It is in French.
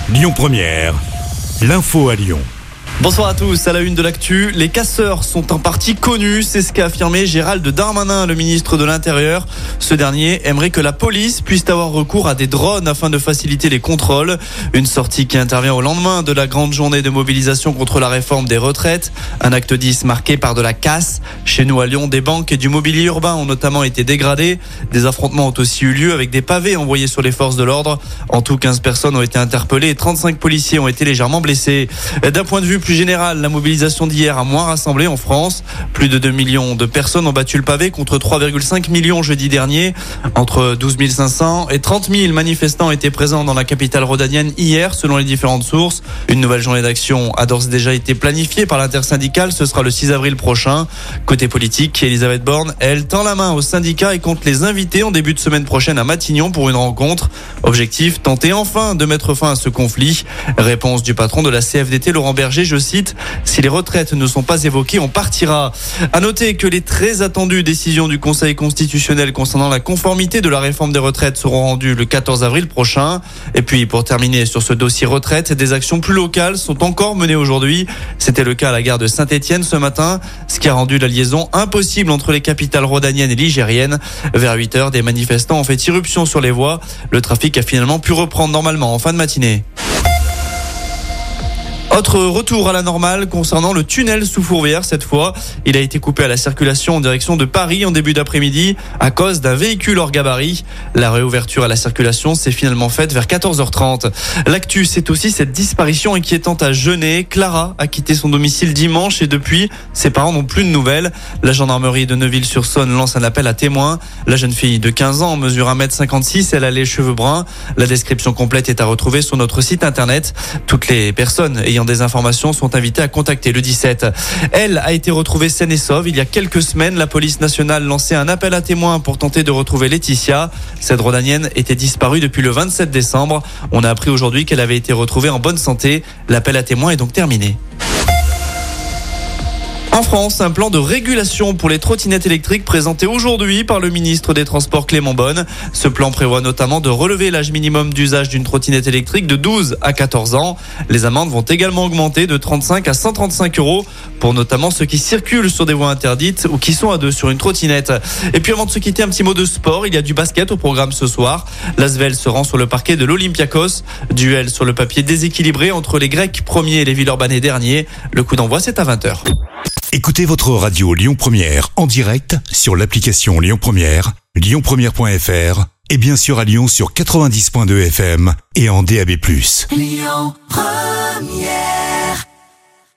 Lyon Première, l'info à Lyon. Bonsoir à tous, à la une de l'actu, les casseurs sont en partie connus, c'est ce qu'a affirmé Gérald Darmanin, le ministre de l'Intérieur. Ce dernier aimerait que la police puisse avoir recours à des drones afin de faciliter les contrôles. Une sortie qui intervient au lendemain de la grande journée de mobilisation contre la réforme des retraites. Un acte 10 marqué par de la casse. Chez nous à Lyon, des banques et du mobilier urbain ont notamment été dégradés. Des affrontements ont aussi eu lieu avec des pavés envoyés sur les forces de l'ordre. En tout, 15 personnes ont été interpellées et 35 policiers ont été légèrement blessés. D'un point de vue plus général, la mobilisation d'hier a moins rassemblé en France. Plus de 2 millions de personnes ont battu le pavé contre 3,5 millions jeudi dernier. Entre 12 500 et 30 000 manifestants étaient présents dans la capitale rhodanienne hier, selon les différentes sources. Une nouvelle journée d'action a d'ores et déjà été planifiée par l'intersyndicale. Ce sera le 6 avril prochain. Côté politique, Elisabeth Borne, elle tend la main aux syndicats et compte les inviter en début de semaine prochaine à Matignon pour une rencontre. Objectif, tenter enfin de mettre fin à ce conflit. Réponse du patron de la CFDT, Laurent Berger, je cite, « Si les retraites ne sont pas évoquées, on partira ». À noter que les très attendues décisions du Conseil constitutionnel concernant la conformité de la réforme des retraites seront rendues le 14 avril prochain. Et puis, pour terminer sur ce dossier retraite, des actions plus locales sont encore menées aujourd'hui. C'était le cas à la gare de Saint-Étienne ce matin, ce qui a rendu la liaison impossible entre les capitales rhodaniennes et ligériennes. Vers 8 heures, des manifestants ont fait irruption sur les voies. Le trafic a finalement pu reprendre normalement en fin de matinée. Autre retour à la normale concernant le tunnel sous Fourvière cette fois. Il a été coupé à la circulation en direction de Paris en début d'après-midi à cause d'un véhicule hors gabarit. La réouverture à la circulation s'est finalement faite vers 14h30. L'actu, c'est aussi cette disparition inquiétante à Genêt. Clara a quitté son domicile dimanche et depuis, ses parents n'ont plus de nouvelles. La gendarmerie de Neuville-sur-Saône lance un appel à témoins. La jeune fille de 15 ans mesure 1m56, elle a les cheveux bruns. La description complète est à retrouver sur notre site internet. Toutes les personnes ayant des informations sont invitées à contacter le 17. Elle a été retrouvée saine et sauve. Il y a quelques semaines, la police nationale lançait un appel à témoins pour tenter de retrouver Laetitia. Cette rhodanienne était disparue depuis le 27 décembre. On a appris aujourd'hui qu'elle avait été retrouvée en bonne santé. L'appel à témoins est donc terminé. En France, un plan de régulation pour les trottinettes électriques présenté aujourd'hui par le ministre des Transports Clément Beaune. Ce plan prévoit notamment de relever l'âge minimum d'usage d'une trottinette électrique de 12 à 14 ans. Les amendes vont également augmenter de 35 à 135 € pour notamment ceux qui circulent sur des voies interdites ou qui sont à deux sur une trottinette. Et puis avant de se quitter, un petit mot de sport. Il y a du basket au programme ce soir. L'Asvel se rend sur le parquet de l'Olympiakos. Duel sur le papier déséquilibré entre les Grecs premiers et les Villeurbanais derniers. Le coup d'envoi, c'est à 20h. Écoutez votre radio Lyon Première en direct sur l'application Lyon Première, lyonpremière.fr et bien sûr à Lyon sur 90.2 FM et en DAB+. Lyon Première.